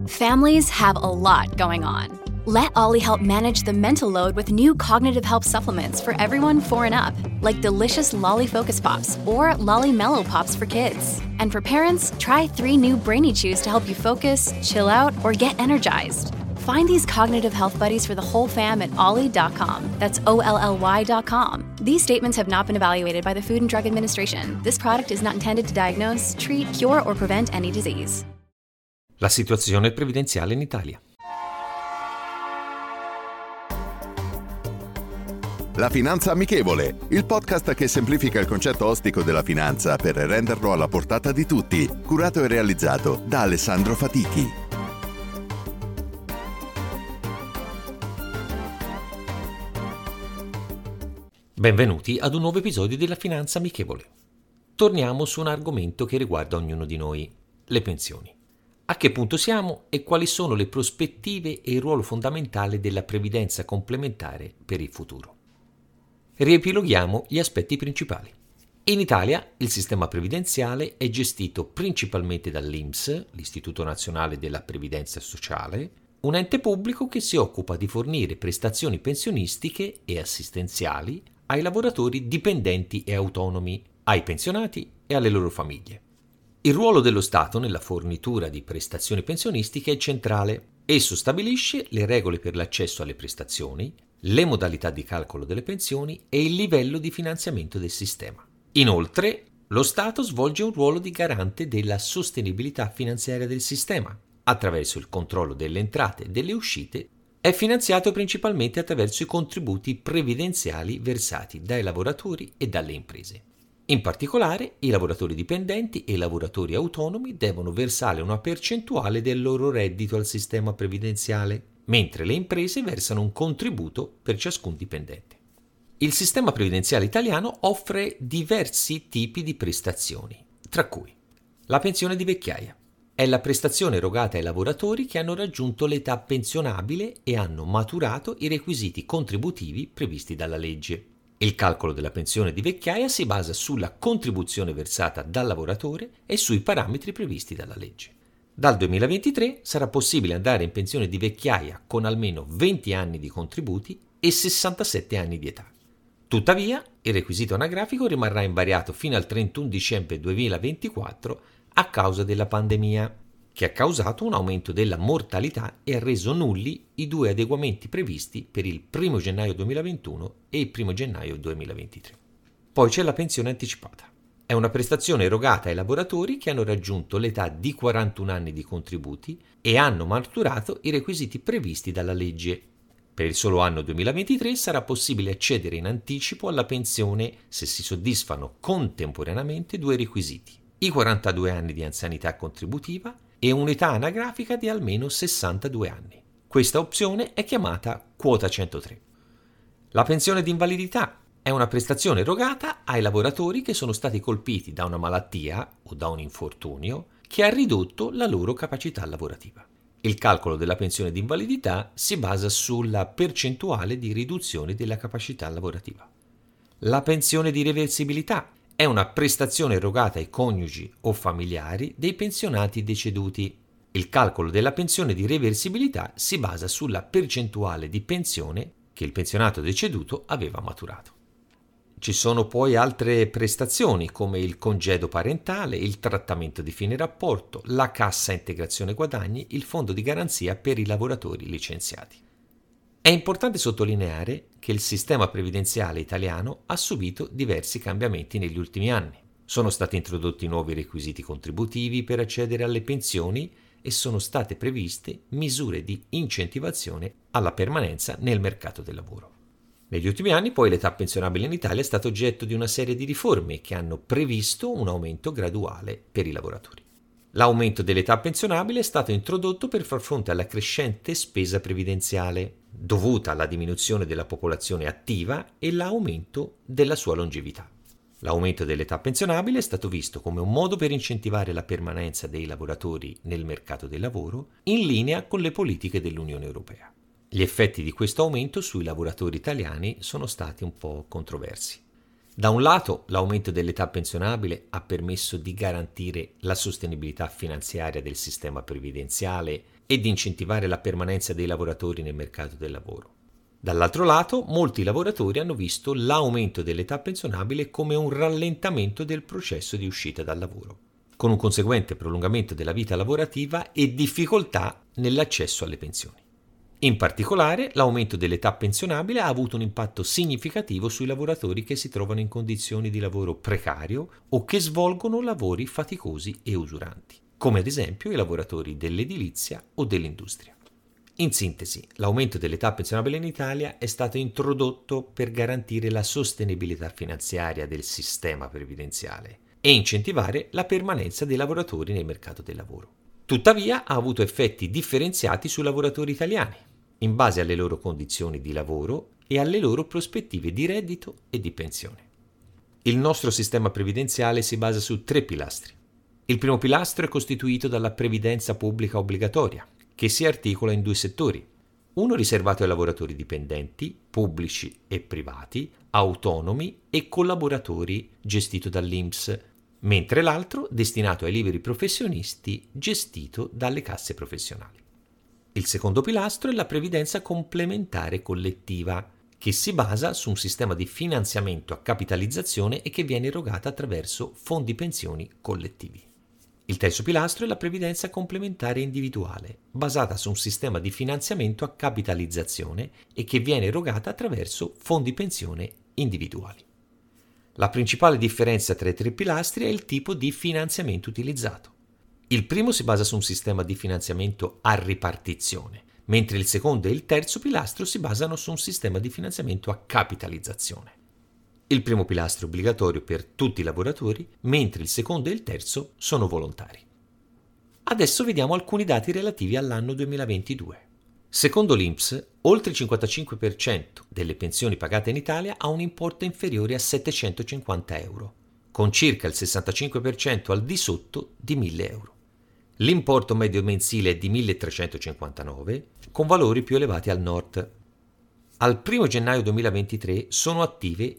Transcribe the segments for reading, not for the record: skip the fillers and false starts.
Families have a lot going on. Let Ollie help manage the mental load with new cognitive help supplements for everyone 4 and up, like delicious Lolly Focus Pops or Lolly Mellow Pops for kids. And for parents, try 3 new Brainy Chews to help you focus, chill out, or get energized. Find these cognitive health buddies for the whole fam at ollie.com. That's OLLY.com. These statements have not been evaluated by the Food and Drug Administration. This product is not intended to diagnose, treat, cure, or prevent any disease. La situazione previdenziale in Italia. La Finanza Amichevole, il podcast che semplifica il concetto ostico della finanza per renderlo alla portata di tutti, curato e realizzato da Alessandro Fatichi. Benvenuti ad un nuovo episodio della Finanza Amichevole. Torniamo su un argomento che riguarda ognuno di noi, le pensioni. A che punto siamo e quali sono le prospettive e il ruolo fondamentale della previdenza complementare per il futuro. Riepiloghiamo gli aspetti principali. In Italia il sistema previdenziale è gestito principalmente dall'INPS, l'Istituto Nazionale della Previdenza Sociale, un ente pubblico che si occupa di fornire prestazioni pensionistiche e assistenziali ai lavoratori dipendenti e autonomi, ai pensionati e alle loro famiglie. Il ruolo dello Stato nella fornitura di prestazioni pensionistiche è centrale. Esso stabilisce le regole per l'accesso alle prestazioni, le modalità di calcolo delle pensioni e il livello di finanziamento del sistema. Inoltre, lo Stato svolge un ruolo di garante della sostenibilità finanziaria del sistema. Attraverso il controllo delle entrate e delle uscite, è finanziato principalmente attraverso i contributi previdenziali versati dai lavoratori e dalle imprese. In particolare, i lavoratori dipendenti e i lavoratori autonomi devono versare una percentuale del loro reddito al sistema previdenziale, mentre le imprese versano un contributo per ciascun dipendente. Il sistema previdenziale italiano offre diversi tipi di prestazioni, tra cui la pensione di vecchiaia. È la prestazione erogata ai lavoratori che hanno raggiunto l'età pensionabile e hanno maturato i requisiti contributivi previsti dalla legge. Il calcolo della pensione di vecchiaia si basa sulla contribuzione versata dal lavoratore e sui parametri previsti dalla legge. Dal 2023 sarà possibile andare in pensione di vecchiaia con almeno 20 anni di contributi e 67 anni di età. Tuttavia, il requisito anagrafico rimarrà invariato fino al 31 dicembre 2024 a causa della pandemia, che ha causato un aumento della mortalità e ha reso nulli i 2 adeguamenti previsti per il 1 gennaio 2021 e il 1 gennaio 2023. Poi c'è la pensione anticipata. È una prestazione erogata ai lavoratori che hanno raggiunto l'età di 41 anni di contributi e hanno maturato i requisiti previsti dalla legge. Per il solo anno 2023 sarà possibile accedere in anticipo alla pensione se si soddisfano contemporaneamente 2 requisiti: i 42 anni di anzianità contributiva e un'età anagrafica di almeno 62 anni. Questa opzione è chiamata quota 103. La pensione di invalidità è una prestazione erogata ai lavoratori che sono stati colpiti da una malattia o da un infortunio che ha ridotto la loro capacità lavorativa. Il calcolo della pensione di invalidità si basa sulla percentuale di riduzione della capacità lavorativa. La pensione di reversibilità è una prestazione erogata ai coniugi o familiari dei pensionati deceduti. Il calcolo della pensione di reversibilità si basa sulla percentuale di pensione che il pensionato deceduto aveva maturato. Ci sono poi altre prestazioni come il congedo parentale, il trattamento di fine rapporto, la cassa integrazione guadagni, il fondo di garanzia per i lavoratori licenziati. È importante sottolineare che il sistema previdenziale italiano ha subito diversi cambiamenti negli ultimi anni. Sono stati introdotti nuovi requisiti contributivi per accedere alle pensioni e sono state previste misure di incentivazione alla permanenza nel mercato del lavoro. Negli ultimi anni poi l'età pensionabile in Italia è stata oggetto di una serie di riforme che hanno previsto un aumento graduale per i lavoratori. L'aumento dell'età pensionabile è stato introdotto per far fronte alla crescente spesa previdenziale, dovuta alla diminuzione della popolazione attiva e l'aumento della sua longevità. L'aumento dell'età pensionabile è stato visto come un modo per incentivare la permanenza dei lavoratori nel mercato del lavoro in linea con le politiche dell'Unione Europea. Gli effetti di questo aumento sui lavoratori italiani sono stati un po' controversi. Da un lato, l'aumento dell'età pensionabile ha permesso di garantire la sostenibilità finanziaria del sistema previdenziale e di incentivare la permanenza dei lavoratori nel mercato del lavoro. Dall'altro lato, molti lavoratori hanno visto l'aumento dell'età pensionabile come un rallentamento del processo di uscita dal lavoro, con un conseguente prolungamento della vita lavorativa e difficoltà nell'accesso alle pensioni. In particolare, l'aumento dell'età pensionabile ha avuto un impatto significativo sui lavoratori che si trovano in condizioni di lavoro precario o che svolgono lavori faticosi e usuranti, come ad esempio i lavoratori dell'edilizia o dell'industria. In sintesi, l'aumento dell'età pensionabile in Italia è stato introdotto per garantire la sostenibilità finanziaria del sistema previdenziale e incentivare la permanenza dei lavoratori nel mercato del lavoro. Tuttavia ha avuto effetti differenziati sui lavoratori italiani, in base alle loro condizioni di lavoro e alle loro prospettive di reddito e di pensione. Il nostro sistema previdenziale si basa su 3 pilastri. Il primo pilastro è costituito dalla previdenza pubblica obbligatoria, che si articola in 2 settori. Uno riservato ai lavoratori dipendenti, pubblici e privati, autonomi e collaboratori gestito dall'INPS, mentre l'altro destinato ai liberi professionisti gestito dalle casse professionali. Il secondo pilastro è la previdenza complementare collettiva, che si basa su un sistema di finanziamento a capitalizzazione e che viene erogata attraverso fondi pensioni collettivi. Il terzo pilastro è la previdenza complementare individuale, basata su un sistema di finanziamento a capitalizzazione e che viene erogata attraverso fondi pensione individuali. La principale differenza tra i 3 pilastri è il tipo di finanziamento utilizzato. Il primo si basa su un sistema di finanziamento a ripartizione, mentre il secondo e il terzo pilastro si basano su un sistema di finanziamento a capitalizzazione. Il primo pilastro è obbligatorio per tutti i lavoratori, mentre il secondo e il terzo sono volontari. Adesso vediamo alcuni dati relativi all'anno 2022. Secondo l'INPS, oltre il 55% delle pensioni pagate in Italia ha un importo inferiore a 750 euro, con circa il 65% al di sotto di 1.000 euro. L'importo medio mensile è di 1.359, con valori più elevati al nord. Al 1 gennaio 2023 sono attive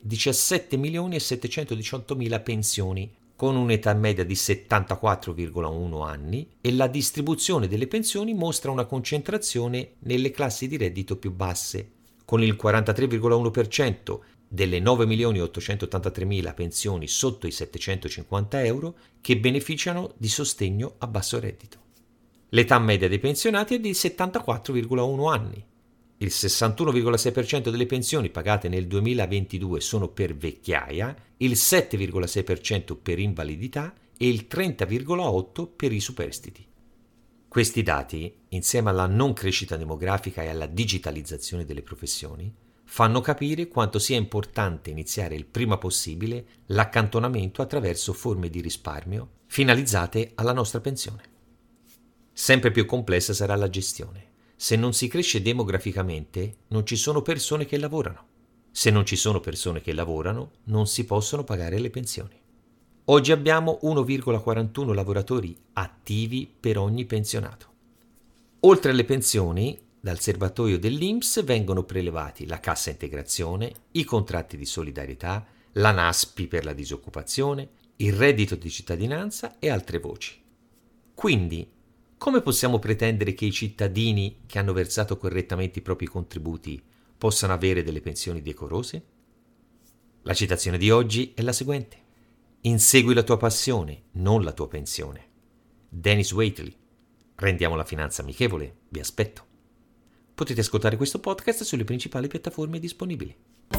17.718.000 pensioni, con un'età media di 74,1 anni e la distribuzione delle pensioni mostra una concentrazione nelle classi di reddito più basse, con il 43,1% delle 9.883.000 pensioni sotto i 750 euro che beneficiano di sostegno a basso reddito. L'età media dei pensionati è di 74,1 anni. Il 61,6% delle pensioni pagate nel 2022 sono per vecchiaia, il 7,6% per invalidità e il 30,8% per i superstiti. Questi dati, insieme alla non crescita demografica e alla digitalizzazione delle professioni, fanno capire quanto sia importante iniziare il prima possibile l'accantonamento attraverso forme di risparmio finalizzate alla nostra pensione. Sempre più complessa sarà la gestione. Se non si cresce demograficamente, non ci sono persone che lavorano. Se non ci sono persone che lavorano, non si possono pagare le pensioni. Oggi abbiamo 1,41 lavoratori attivi per ogni pensionato. Oltre alle pensioni, dal serbatoio dell'INPS vengono prelevati la cassa integrazione, i contratti di solidarietà, la NASPI per la disoccupazione, il reddito di cittadinanza e altre voci. Quindi, come possiamo pretendere che i cittadini che hanno versato correttamente i propri contributi possano avere delle pensioni decorose? La citazione di oggi è la seguente: insegui la tua passione, non la tua pensione. Dennis Waitley. Rendiamo la finanza amichevole, vi aspetto. Potete ascoltare questo podcast sulle principali piattaforme disponibili.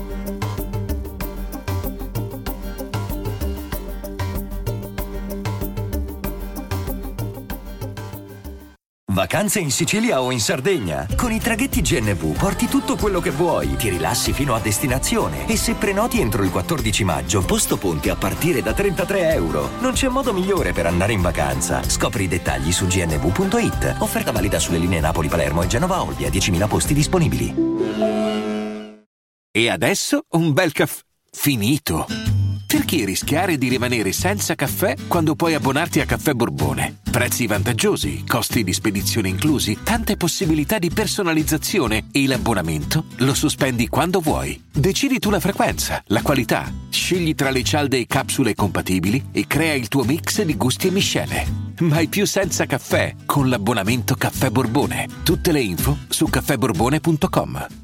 Vacanze in Sicilia o in Sardegna? Con i traghetti GNV porti tutto quello che vuoi, ti rilassi fino a destinazione e se prenoti entro il 14 maggio, posto ponti a partire da €33. Non c'è modo migliore per andare in vacanza. Scopri i dettagli su gnv.it. Offerta valida sulle linee Napoli-Palermo e Genova-Olbia, 10.000 posti disponibili. E adesso un bel caffè finito. Perché rischiare di rimanere senza caffè quando puoi abbonarti a Caffè Borbone? Prezzi vantaggiosi, costi di spedizione inclusi, tante possibilità di personalizzazione e l'abbonamento lo sospendi quando vuoi. Decidi tu la frequenza, la qualità, scegli tra le cialde e capsule compatibili e crea il tuo mix di gusti e miscele. Mai più senza caffè con l'abbonamento Caffè Borbone. Tutte le info su caffèborbone.com.